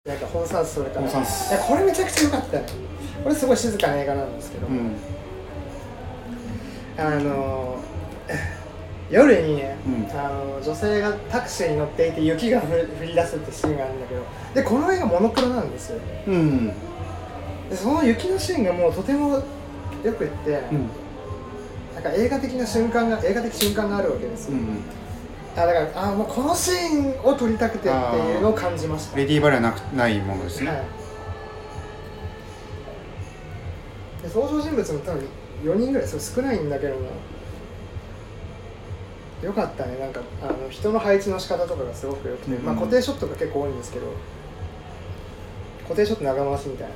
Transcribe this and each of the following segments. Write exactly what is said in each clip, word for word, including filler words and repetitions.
なんか本酸それから本酸いやこれめちゃくちゃ良かったね。これすごい静かな映画なんですけど、うん、あの夜にね、うん、あの女性がタクシーに乗っていて雪が降り出すってシーンがあるんだけど、でこの映画モノクロなんですよ、うん、でその雪のシーンがもうとてもよくって、うん、なんか映画的な瞬間が映画的瞬間があるわけですよ、うん、あだからあもうこのシーンを撮りたくてっていうのを感じました。 レディーバレーはなくないものですね、はい、 で登場人物も多分よにんぐらい、それ少ないんだけどもよかったね。なんかあの人の配置の仕方とかがすごく良くて、うんまあ、固定ショットが結構多いんですけど、固定ショット長回しみたい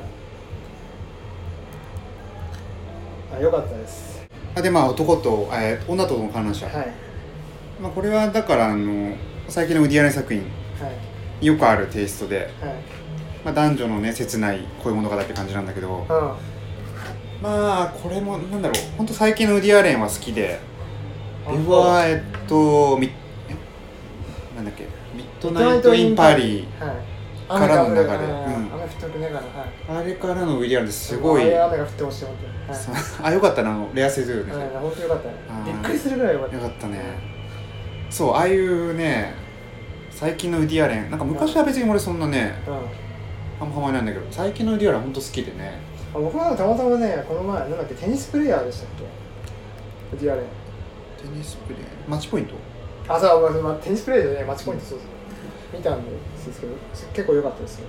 な、あ良かったです。 あでまあ男と、えー、女との観覧車、はいまあ、これはだからあの最近のウディアレン作品、はい、よくあるテイストで、はいまあ、男女のね切ない恋物語って感じなんだけど、うん、まあこれもなんだろう本当最近のウディアレンは好きで、ではえっとみえなんだっけミッドナイト・イン・パリからの流れ、うん、雨降ってくねから、はい、あれからのウィリアムですごいあれ雨が降ってほしい、はい、 あよかったな、あのレアセドゥね、はい、本当よかったね、びっくりするぐらいよかった、 よかったね。そうああいうね最近のウディアレンなんか昔は別に俺そんなね、うん、あんまハマりないんだけど最近のウディアレン本当好きでね。 あ僕はたまたまねこの前なんだっけテニスプレイヤーでしたっけウディアレン。 テニスプレイマッチポイントあそう、まあ、テニスプレイでねマッチポイントそうそう、うん、見たんですけど結構良かったですよ。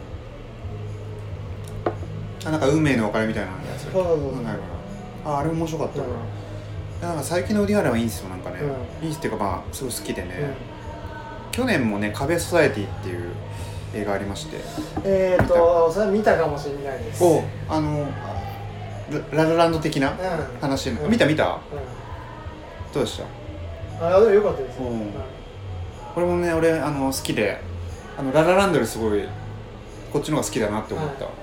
あなんか運命の別れみたいなやつ。 そうそうそうそう、 ああれ面白かった、うん、なんか最近のウディアレンはいいんですよなんかね、うん、いいっていうかまあすごい好きでね、うん、去年もね壁ソサエティっていう映画ありまして、 えーとそれは見たかもしれないです。 おあのララランド的な話、うん、見た見た、うん、どうでした？ あでも良かったです、ねうん、 これもね俺あの好きであのララランドよりすごいこっちの方が好きだなって思った、はい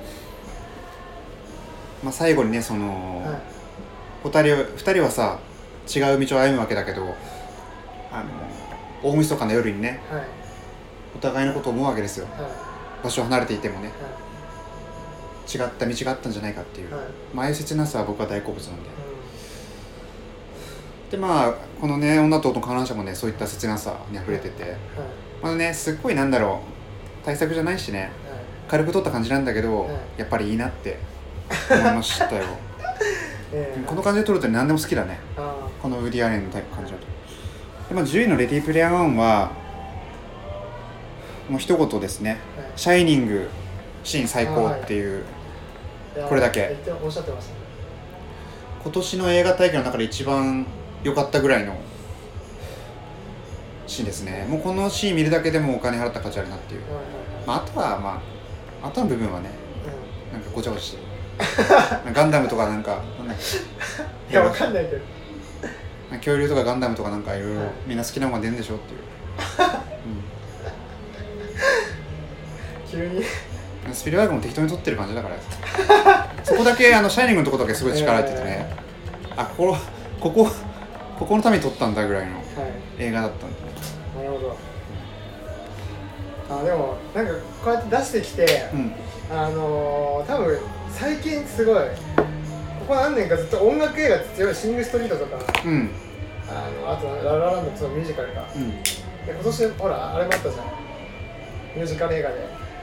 まあ、最後にねその、はい、ふたりふたりはさ違う道を歩むわけだけどあの大晦日の夜にね、はい、お互いのことを思うわけですよ、はい、場所を離れていてもね、はい、違った道があったんじゃないかっていう、はい、まああいう切なさは僕は大好物なんで、うん、でまあこのね女と男の観覧車もねそういった切なさにあふれてて、はい、まあねすっごいなんだろう対策じゃないしね、はい、軽く撮った感じなんだけど、はい、やっぱりいいなって思いましたよ、えー、この感じで撮ると何でも好きだね。このウディアレンのタイプ感じだと。で、まあ、じゅういのレディープレイヤーワンはもう一言ですね、はい、シャイニングシーン最高っていう、はい、これだけおっしゃってました、ね、 今年の映画大会の中で一番良かったぐらいのシーンですね。もうこのシーン見るだけでもお金払った価値あるなっていう、はいはいはいまあ、あとはまああとの部分はね、うん、なんかごちゃごちゃしてるガンダムとかなんかなんだっけいやわかんないけど恐竜とかガンダムとかなんかいろいろみんな好きなものが出るんでしょっていう、 うん、急にスピルバーグも適当に撮ってる感じだからそこだけあのシャイニングのとこだけすごい力入っててね、えー、あここここここのために撮ったんだぐらいの映画だったんで、 はい、なるほど。あでもなんかこうやって出してきて、うん、あのー、多分最近すごいここ何年かずっと音楽映画って強いシングストリートとか、うん、あのあとララランドとミュージカルか、うん、で今年ほらあれもあったじゃんミュージカル映画で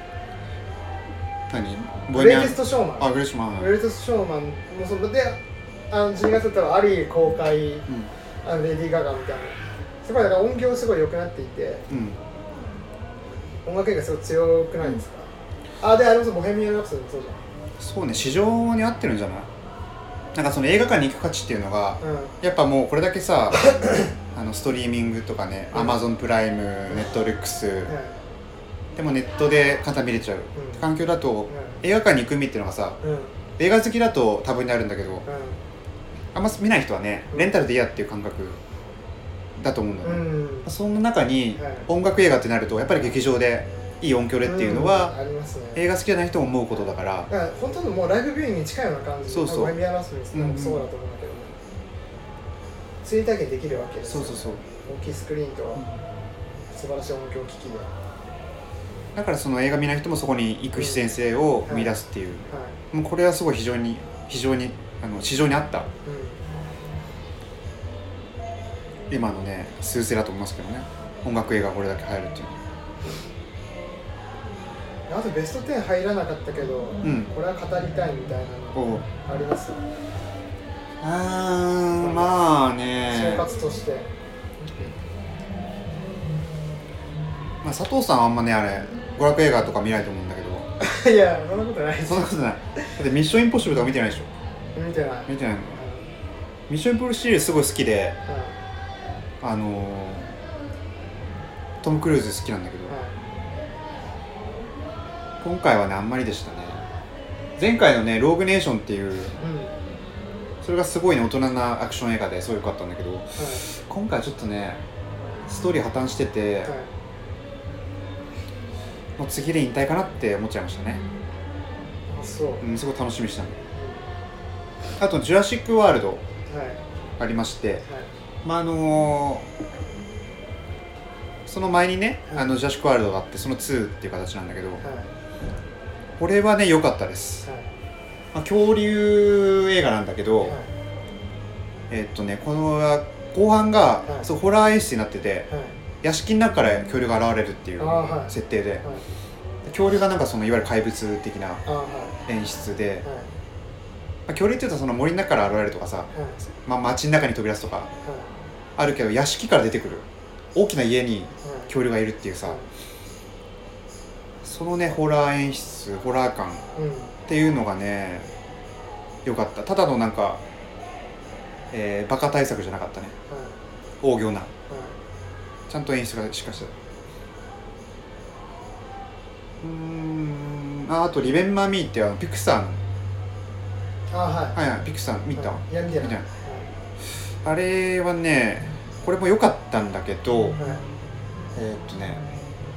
何グレイテストショーマンあグレイテストショーマングレイテストショーマンもそのであのじゅうにがつだったらアリー公開、うん、あのレディー・ガガみたいなすごいだから音響すごい良くなっていて、うん、音楽映画すごい強くないですか、うん、あであれもボヘミアン・ラプソディもそうじゃん。 そうね市場に合ってるんじゃない。なんかその映画館に行く価値っていうのが、うん、やっぱもうこれだけさあのストリーミングとかね、うん、Amazon プライム、Netflix、うん、でもネットで簡単に見れちゃう、うん、環境だと、うん、映画館に行く意味っていうのがさ、うん、映画好きだと多分にあるんだけど、うん、あんま見ない人はねレンタルでいいやっていう感覚だと思うんだよね、うん、その中に音楽映画ってなるとやっぱり劇場でいい音響でっていうのは、うんありますね、映画好きじゃない人も思うことだからだから本当にもうライブビューイングに近いような感じでそうそうボヘミアン・ラプソディもそうだと思うんだけど、ね、追体験できるわけですよ。 そうそうそう大きいスクリーンと素晴らしい音響機器で、 だからその映画見ない人もそこに行く必然性を生み出すっていう、はいはい、もうこれはすごい非常に非常にあの市場に合った、うん、今のね趨勢だと思いますけどね、音楽映画がこれだけ入るっていうの。 あとベストテン入らなかったけど、うん、これは語りたいみたいなのあります？ あーまあね、 総括として、 まあ、佐藤さんはあんまねあれ娯楽映画とか見ないと思うんだけどいやそんなことないです。 そんなことない。だってミッションインポッシブルとか見てないでしょ？ 見てない見てないの、うん、ミッションインポッシブルすごい好きで、うん、あのー、トム・クルーズ好きなんだけど、うん、今回はねあんまりでしたね。前回のねローグネーションっていう、うん、それがすごいね大人なアクション映画ですごい良かったんだけど、はい、今回ちょっとねストーリー破綻してて、はい、もう次で引退かなって思っちゃいましたね。 あ、そう、 うん、すごい楽しみにしたね。あとジュラシックワールドありまして、はいはい、まああのー、その前にね、はい、あのジュラシックワールドがあってそのツーっていう形なんだけど、はい、これはね良かったです、はい、まあ、恐竜映画なんだけど、はい、えー、っとねこの後半が、はい、そうホラー演出になってて、はい、屋敷の中から恐竜が現れるっていう設定で、はいはい、恐竜がなんかそのいわゆる怪物的な演出で、はい、まあ、恐竜っていうとその森の中から現れるとかさ、はい、まあ、街の中に飛び出すとかあるけど、屋敷から出てくる大きな家に恐竜がいるっていうさ、はい、そのねホラー演出ホラー感っていうのがね良かった。ただのなんか、えー、バカ対策じゃなかったね、はい、大行な、はい、ちゃんと演出がしかした。うーん、あ、あとリメンバーミーってあのピクサーの、 あ、はい、 はいはい、ピクサー見た、はい、 いや見てない、 見てない、はい、あれはねこれも良かったんだけど、はい、えー、っとね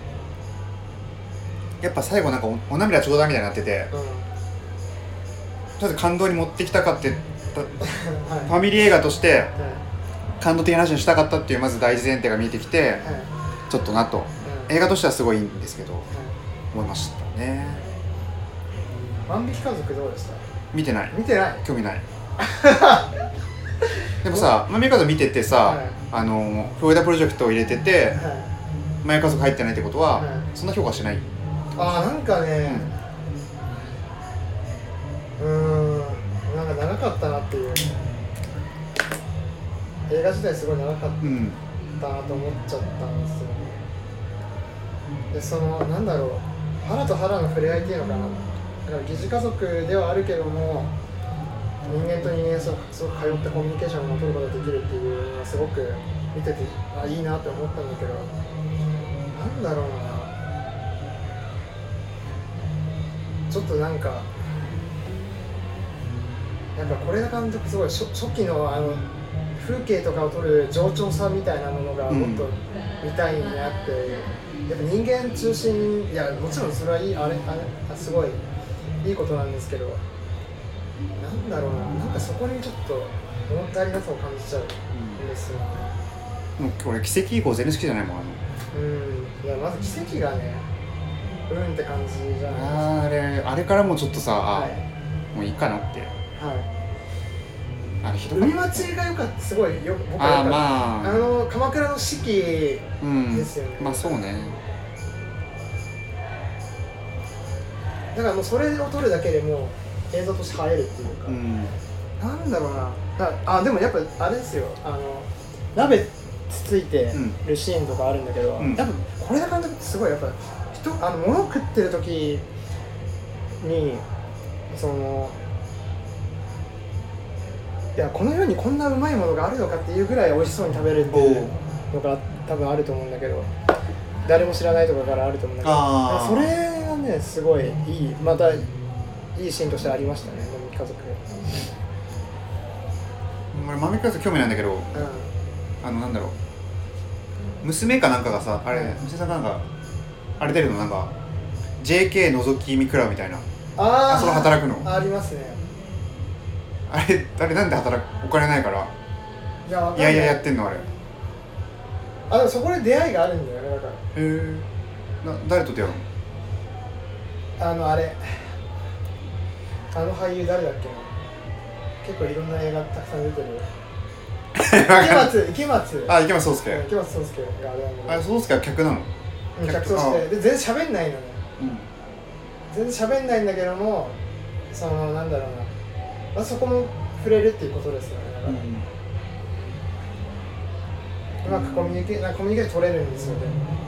やっぱ最後なんか お, お涙ちょうだいみたいになってて、うん、とりあえず感動に持ってきたかって、はい、ファミリー映画として感動的な話にしたかったっていうまず大前提が見えてきて、はい、ちょっとなと、うん、映画としてはすごいいいんですけど、はい、思いましたね。 万引き家族どうでした？ 見てない。 見てない。 興味ない。でもさ、万引き家族見ててさ、はい、あのフロリダプロジェクトを入れてて、はい、万引き家族入ってないってことは、はい、そんな評価しない。 ああ、なんかね、うーん、なんか長かったなっていう、映画自体すごい長かったなと思っちゃったんですよね。で、そのなんだろう、腹と腹の触れ合いっていうのかな、だから疑似家族ではあるけども人間と人間すごく通ってコミュニケーションを取ることができるっていうのはすごく見てて、あ、いいなって思ったんだけど、なんだろうな、ちょっとなんかやっぱ是枝監督すごい 初, 初期のあの風景とかを撮る冗長さみたいなものがもっと見たいなって、うん、やっぱ人間中心、いやもちろんそれはいい、あれあれすごいいいことなんですけど、なんだろうな、なんかそこにちょっと物足りなさを感じちゃうんですよね、 うん、もう俺奇跡以降全然好きじゃないもん。あのうん、いやまず奇跡がねうんって感じじゃないですか。 あ, あれあれからもうちょっとさ、はい、もういいかなって。はい。あれひどかった。 海町が良かった、すごいよ僕は良かった。あ、まあ、あの鎌倉の四季ですよね。 うん、まあそうね。 だからもうそれを撮るだけでも映像として映えるっていうか、うん、なんだろうな。だあでもやっぱあれですよ。あの鍋つついてるシーンとかあるんだけど、うん、多分是枝監督ってすごいやっぱ。あの物を食ってる時にそのいやこの世にこんなうまいものがあるのかっていうぐらい美味しそうに食べるっていうのが多分あると思うんだけど、誰も知らないとかからあると思うんだけど、それがねすごいいい、またいいシーンとしてありましたね。豆家族俺豆家族興味ないんだけど、うん、あのなんだろう、娘かなんかがさ、あれ、うん、娘さんかなんかあれ出るの、なんか ジェーケー 覗き見クラブみたいな、 ああ、 その働くのありますね。 あれあれなんで働く、お金ないからいやいやいややってんのあれ。 あ、でもそこで出会いがあるんだよね。だからへえ、な誰と出会うの？ あのあれあの俳優誰だっけな、結構いろんな映画たくさん出てる池松池松あ池松壮亮池松壮亮があれなんだけど、 あれ壮亮は客なの？ うん、客としてで全然喋んないのね、うん、全然喋んないんだけども、そのなんだろうな、まあ、そこも触れるっていうことですよね。だから、うん、うまくコミュニケーションコミュニケーション取れるんですよね。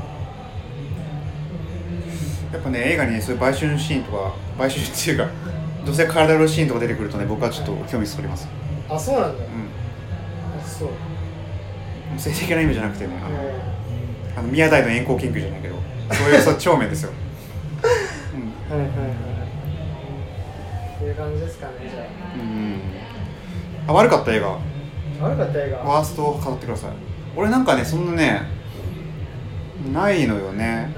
やっぱね映画にねそういう売春シーンとか売春っていうか女性体のシーンとか出てくるとね僕はちょっと興味そります。 あ、そうなんだ。うん。あ、そう。 性的な意味じゃなくてね、あの、あの宮台の遠行研究じゃないけど、そういうそっち方面ですよ。 うん、はいはいはい。そういう感じですかね、じゃあ。うん。 あ、悪かった映画。 悪かった映画。 ワーストを語ってください。俺なんかねそんなねないのよね。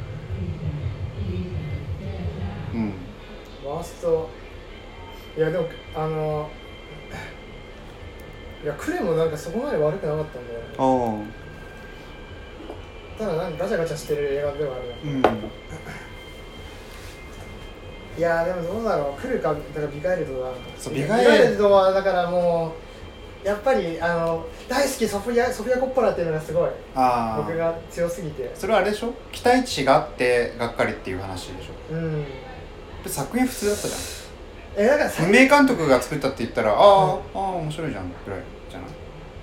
うん。うん。 ワースト。いやでもあの。いやクレもなんかそこまで悪くなかったんだよね。ただなんかガチャガチャしてる映画ではあるな、うん、いやでもどうだろう、クレかだからビガイルドだ。 そうビガイルドはだからもうやっぱりあの大好きソフィアソフィアコッポラっていうのがすごい僕が強すぎて。 それはあれでしょ、期待値があってがっかりっていう話でしょ。うん。作品普通だったじゃん。 えだから無名監督が作ったって言ったらああ、うん、ああ面白いじゃんぐらいじゃない、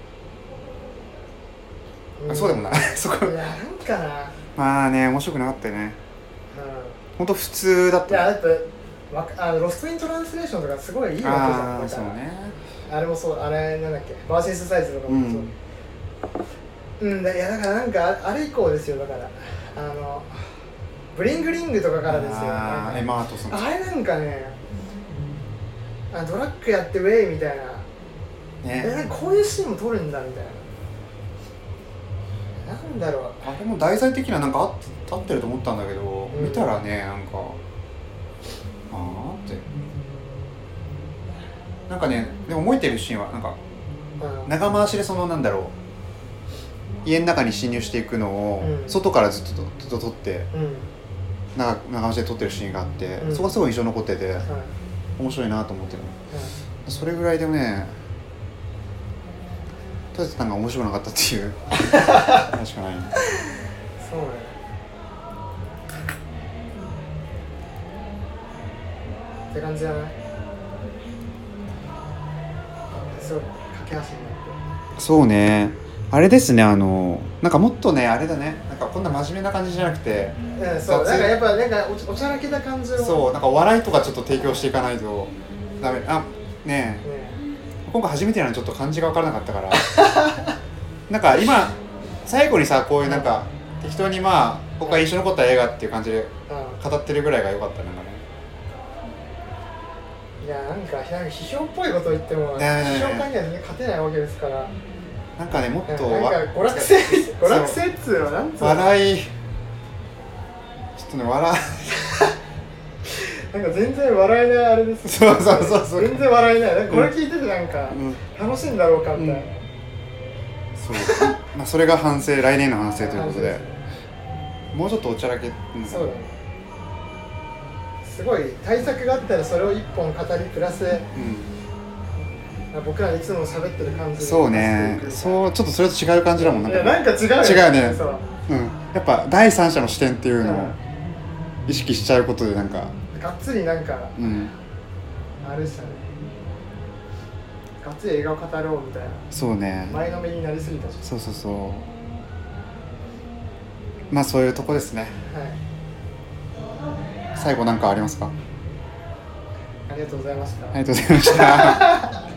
うん、そうでもないそこいやなんかな、 まあね面白くなかったよね、うん、ほんと普通だった。 いやだってあのロストイントランスレーションとかすごいいいわけじゃん。 ああそうね、 あれもそう、あれなんだっけバーシスサイズとかもそう、うん、うん、だいやだからなんかあれ以降ですよ。だからあのブリングリングとかからですよ。 あエマートソン、 あれなんかねあドラッグやってウェイみたいな、ね、えこういうシーンも撮るんだみたいな、なんだろう、 あれも題材的ななんか合って合ってると思ったんだけど、うん、見たらねなんかああってなんかね、でも覚えてるシーンはなんか、うん、長回しでそのなんだろう家の中に侵入していくのを、うん、外からずっとずっと撮って、うん、長, 長回しで撮ってるシーンがあって、うん、そこがすごい印象残ってて、うん面白いなと思ってる、うん、それぐらいでもねとりあえずなんか面白くなかったっていう確かないそうねって感じじゃない、すごい駆け足になって。 そうねあれですね、あのなんかもっとねあれだね、なんかこんな真面目な感じじゃなくて、 うん、そうなんかやっぱなんか お, おちゃらけた感じを、 そうなんか笑いとかちょっと提供していかないとダメ。あねえ、ね今回初めてなのにちょっと感じが分からなかったからなんか今最後にさこういうなんか適当にまあ僕が印象に残った映画っていう感じで語ってるぐらいが良かったね。 いやなんか批評っぽいこと言っても、ね、批評家には勝てないわけですから。 なんかねもっとなんか娯楽性娯楽性っつうのなんつうの笑いちょっとね笑いなんか全然笑えないあれです。 そうそうそうそう全然笑えない。なんかこれ聞いててなんか、うん、楽しいんだろうかみたいな、うん、 そうまあそれが反省来年の反省ということでもうちょっとおちゃらけ、うん、 そうだね。すごい対策があったらそれを一本語りプラス、うん僕らいつも喋ってる感じで。 そうね、そうちょっとそれと違う感じだもん。なんか、 なんか違うよね。 違うね。うん、やっぱ第三者の視点っていうのを意識しちゃうことでなんか、 がっつりなんか、うん、あれでしたね。がっつり映画を語ろうみたいな。 そうね。 前のめりになりすぎたし。 そうそうそう。まあそういうとこですね。はい。最後なんかありますか？ ありがとうございました。 ありがとうございました。